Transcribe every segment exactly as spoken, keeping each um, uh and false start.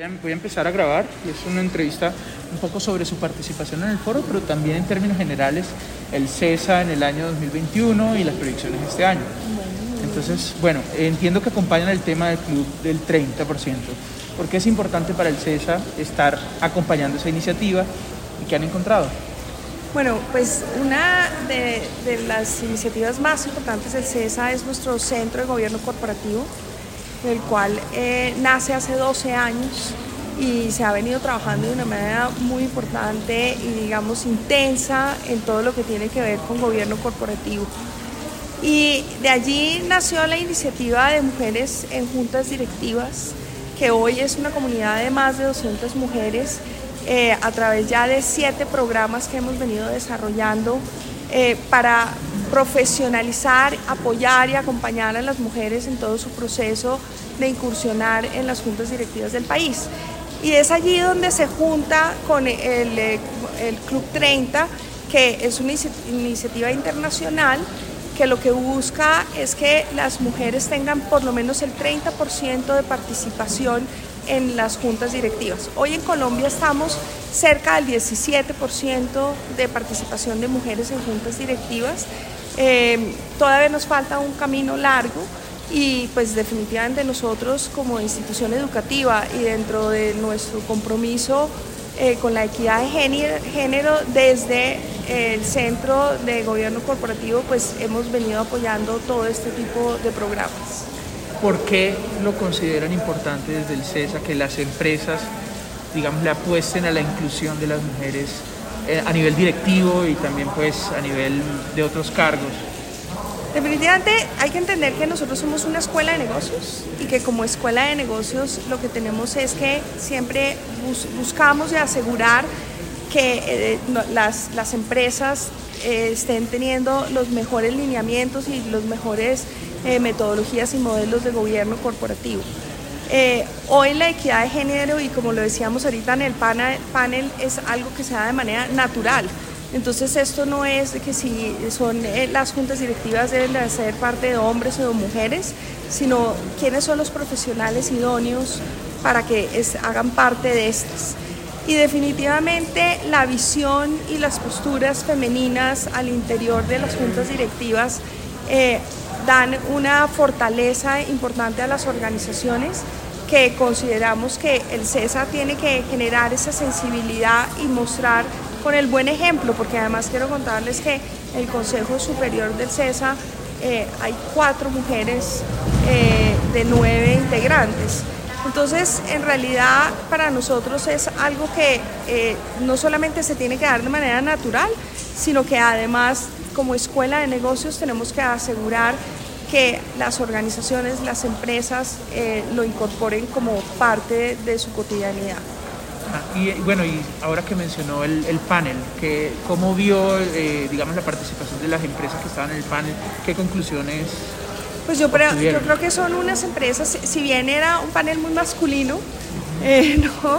a, voy a empezar a grabar. Es una entrevista un poco sobre su participación en el foro, pero también en términos generales el CESA en el año dos mil veintiuno y las proyecciones de este año. Entonces, bueno, entiendo que acompañan el tema del club del treinta por ciento. ¿Por qué es importante para el CESA estar acompañando esa iniciativa y qué han encontrado? Bueno, pues una de, de las iniciativas más importantes del CESA es nuestro Centro de Gobierno Corporativo, el cual eh, nace hace doce años y se ha venido trabajando de una manera muy importante y digamos intensa en todo lo que tiene que ver con gobierno corporativo. Y de allí nació la iniciativa de mujeres en juntas directivas, que hoy es una comunidad de más de doscientas mujeres eh, a través ya de siete programas que hemos venido desarrollando eh, para profesionalizar, apoyar y acompañar a las mujeres en todo su proceso de incursionar en las juntas directivas del país. Y es allí donde se junta con el, el Club treinta, que es una iniciativa internacional que lo que busca es que las mujeres tengan por lo menos el treinta por ciento de participación en las juntas directivas. Hoy en Colombia estamos cerca del diecisiete por ciento de participación de mujeres en juntas directivas. Eh, todavía nos falta un camino largo y pues definitivamente nosotros como institución educativa y dentro de nuestro compromiso eh, con la equidad de género, género desde el Centro de Gobierno Corporativo pues hemos venido apoyando todo este tipo de programas. ¿Por qué lo consideran importante desde el CESA que las empresas, digamos, le apuesten a la inclusión de las mujeres eh, a nivel directivo y también pues a nivel de otros cargos? Definitivamente hay que entender que nosotros somos una escuela de negocios y que como escuela de negocios lo que tenemos es que siempre bus buscamos y asegurar que eh, no, las, las empresas eh, estén teniendo los mejores lineamientos y los mejores eh, metodologías y modelos de gobierno corporativo. Eh, hoy la equidad de género, y como lo decíamos ahorita en el panel, panel es algo que se da de manera natural. Entonces esto no es de que si son eh, las juntas directivas deben de ser parte de hombres o de mujeres, sino quiénes son los profesionales idóneos para que es, hagan parte de estas. Y definitivamente la visión y las posturas femeninas al interior de las juntas directivas eh, dan una fortaleza importante a las organizaciones, que consideramos que el CESA tiene que generar esa sensibilidad y mostrar con el buen ejemplo, porque además quiero contarles que el Consejo Superior del CESA eh, hay cuatro mujeres eh, de nueve integrantes. Entonces, en realidad, para nosotros es algo que eh, no solamente se tiene que dar de manera natural, sino que además, como escuela de negocios, tenemos que asegurar que las organizaciones, las empresas eh, lo incorporen como parte de, de su cotidianidad. Ah, y bueno, y ahora que mencionó el, el panel, que, ¿cómo vio, eh, digamos, la participación de las empresas que estaban en el panel? ¿Qué conclusiones? Pues yo, creo, yo creo que son unas empresas, si bien era un panel muy masculino, eh, ¿no?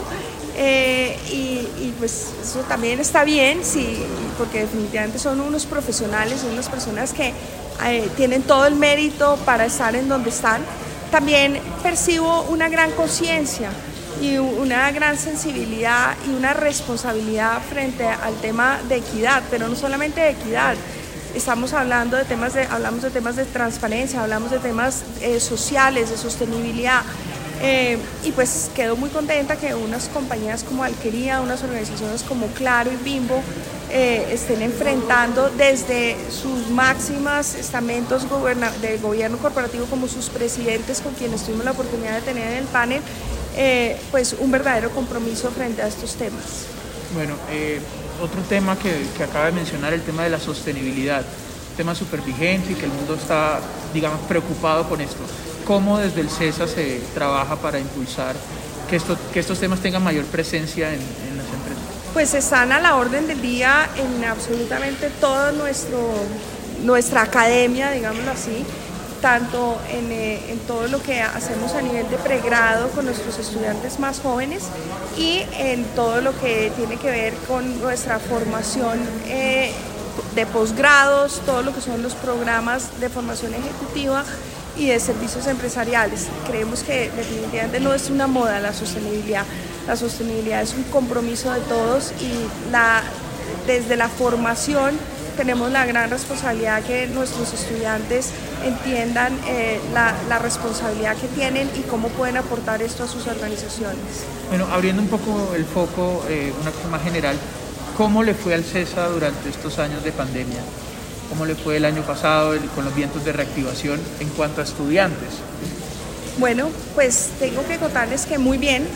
Eh, y, y pues eso también está bien, sí, porque definitivamente son unos profesionales, son unas personas que eh, tienen todo el mérito para estar en donde están. También percibo una gran conciencia y una gran sensibilidad y una responsabilidad frente al tema de equidad, pero no solamente de equidad. Estamos hablando de temas de, hablamos de temas de transparencia, hablamos de temas eh, sociales, de sostenibilidad. Eh, y pues quedo muy contenta que unas compañías como Alquería, unas organizaciones como Claro y Bimbo eh, estén enfrentando desde sus máximas estamentos de gobierno corporativo como sus presidentes, con quienes tuvimos la oportunidad de tener en el panel, eh, pues un verdadero compromiso frente a estos temas. Bueno, eh, otro tema que, que acaba de mencionar, el tema de la sostenibilidad, tema súper vigente y que el mundo está, digamos, preocupado con esto. ¿Cómo desde el CESA se trabaja para impulsar que, esto, que estos temas tengan mayor presencia en, en las empresas? Pues están a la orden del día en absolutamente toda nuestra academia, digámoslo así, tanto en, eh, en todo lo que hacemos a nivel de pregrado con nuestros estudiantes más jóvenes y en todo lo que tiene que ver con nuestra formación eh, de posgrados, todo lo que son los programas de formación ejecutiva y de servicios empresariales. Creemos que definitivamente no es una moda la sostenibilidad, la sostenibilidad es un compromiso de todos y la, desde la formación tenemos la gran responsabilidad que nuestros estudiantes entiendan eh, la, la responsabilidad que tienen y cómo pueden aportar esto a sus organizaciones. Bueno, abriendo un poco el foco, eh, una cosa más general, ¿cómo le fue al CESA durante estos años de pandemia? ¿Cómo le fue el año pasado con los vientos de reactivación en cuanto a estudiantes? Bueno, pues tengo que contarles que muy bien,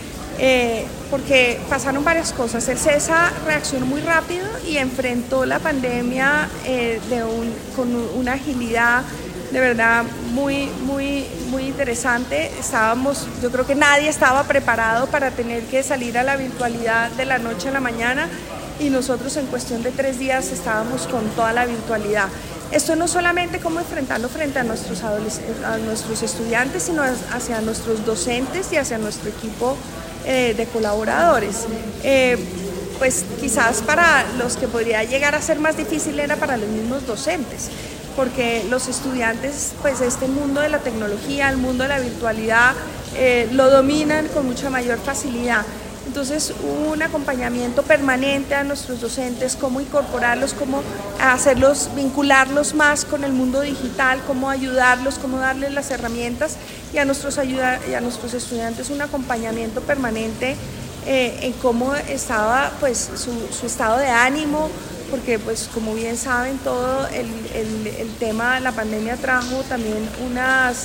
eh, porque pasaron varias cosas. El CESA reaccionó muy rápido y enfrentó la pandemia eh, de un, con una agilidad de verdad muy, muy, muy interesante. Estábamos, yo creo que nadie estaba preparado para tener que salir a la virtualidad de la noche a la mañana, y nosotros en cuestión de tres días estábamos con toda la virtualidad. Esto no solamente cómo enfrentarlo frente a nuestros, a nuestros estudiantes, sino hacia nuestros docentes y hacia nuestro equipo eh, de colaboradores. Eh, pues quizás para los que podría llegar a ser más difícil era para los mismos docentes, porque los estudiantes, pues este mundo de la tecnología, el mundo de la virtualidad, eh, lo dominan con mucha mayor facilidad. Entonces, un acompañamiento permanente a nuestros docentes, cómo incorporarlos, cómo hacerlos, vincularlos más con el mundo digital, cómo ayudarlos, cómo darles las herramientas, y a nuestros, ayuda, y a nuestros estudiantes un acompañamiento permanente eh, en cómo estaba pues, su, su estado de ánimo, porque pues como bien saben, todo el, el, el tema de la pandemia trajo también unas...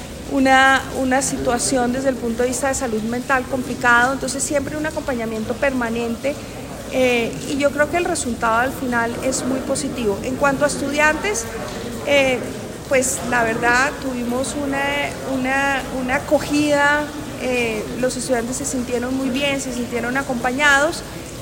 Una, una situación desde el punto de vista de salud mental complicado, entonces siempre un acompañamiento permanente eh, y yo creo que el resultado al final es muy positivo. En cuanto a estudiantes, eh, pues la verdad tuvimos una, una, una acogida, eh, los estudiantes se sintieron muy bien, se sintieron acompañados,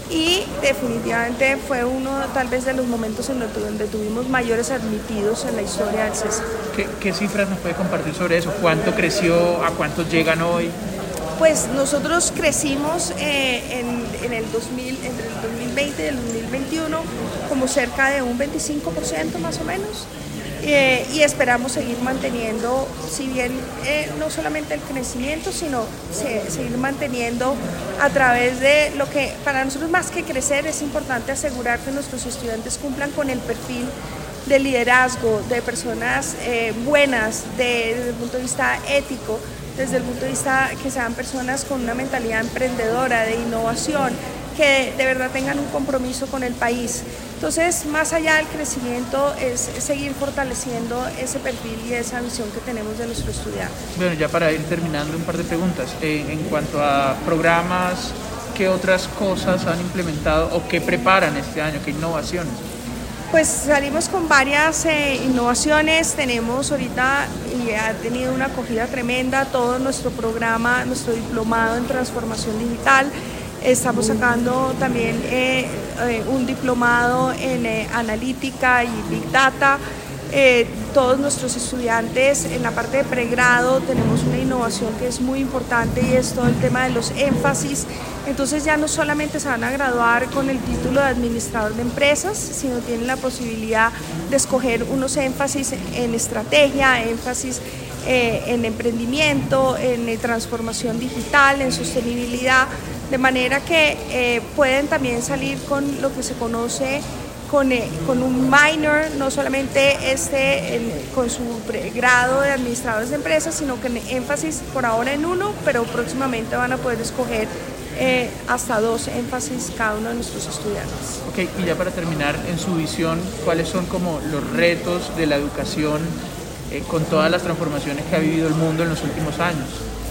y definitivamente fue uno tal vez de los momentos en donde tuvimos mayores admitidos en la historia del CESA. ¿Qué, qué cifras nos puede compartir sobre eso? ¿Cuánto creció? ¿A cuántos llegan hoy? Pues nosotros crecimos eh, en, en el dos mil, entre el dos mil veinte y el dos mil veintiuno como cerca de un veinticinco por ciento más o menos. Eh, y esperamos seguir manteniendo, si bien eh, no solamente el crecimiento, sino se, seguir manteniendo a través de lo que para nosotros más que crecer es importante asegurar que nuestros estudiantes cumplan con el perfil de liderazgo, de personas eh, buenas, de, desde el punto de vista ético, desde el punto de vista que sean personas con una mentalidad emprendedora, de innovación, que de verdad tengan un compromiso con el país. Entonces, más allá del crecimiento, es seguir fortaleciendo ese perfil y esa visión que tenemos de nuestro estudiante. Bueno, ya para ir terminando, un par de preguntas. Eh, en cuanto a programas, ¿qué otras cosas han implementado o qué preparan este año? ¿Qué innovaciones? Pues salimos con varias eh, innovaciones. Tenemos ahorita, y ha tenido una acogida tremenda, todo nuestro programa, nuestro diplomado en transformación digital. Estamos sacando también eh, eh, un diplomado en eh, analítica y Big Data. Eh, todos nuestros estudiantes en la parte de pregrado tenemos una innovación que es muy importante, y es todo el tema de los énfasis. Entonces ya no solamente se van a graduar con el título de administrador de empresas, sino tienen la posibilidad de escoger unos énfasis en estrategia, énfasis eh, en emprendimiento, en eh, transformación digital, en sostenibilidad, de manera que eh, pueden también salir con lo que se conoce Con, eh, con un minor, no solamente este, en, con su grado de administradores de empresas, sino que en énfasis por ahora en uno, pero próximamente van a poder escoger eh, hasta dos énfasis cada uno de nuestros estudiantes. Ok, y ya para terminar, en su visión, ¿cuáles son como los retos de la educación eh, con todas las transformaciones que ha vivido el mundo en los últimos años?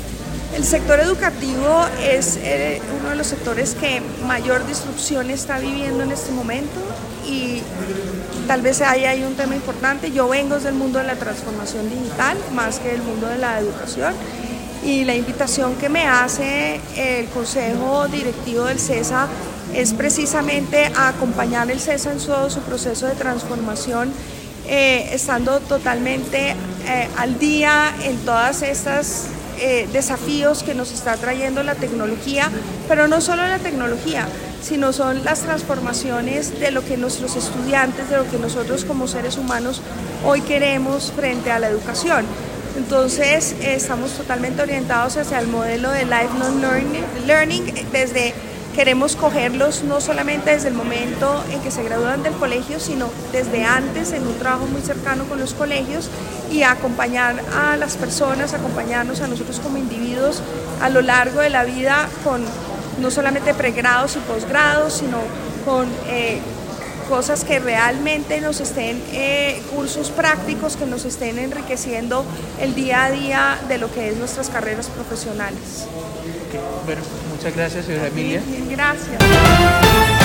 El sector educativo es eh, uno de los sectores que mayor disrupción está viviendo en este momento, y tal vez ahí hay un tema importante. Yo vengo del mundo de la transformación digital más que del mundo de la educación, y la invitación que me hace el Consejo Directivo del CESA es precisamente a acompañar el CESA en todo su proceso de transformación, eh, estando totalmente eh, al día en todas estas Eh, desafíos que nos está trayendo la tecnología, pero no solo la tecnología, sino son las transformaciones de lo que nuestros estudiantes, de lo que nosotros como seres humanos hoy queremos frente a la educación. Entonces eh, estamos totalmente orientados hacia el modelo de lifelong learning, learning desde queremos cogerlos no solamente desde el momento en que se gradúan del colegio, sino desde antes en un trabajo muy cercano con los colegios y acompañar a las personas, acompañarnos a nosotros como individuos a lo largo de la vida con no solamente pregrados y posgrados, sino con eh, cosas que realmente nos estén, eh, cursos prácticos que nos estén enriqueciendo el día a día de lo que es nuestras carreras profesionales. Okay. Bueno, muchas gracias, señora Emilia. Gracias.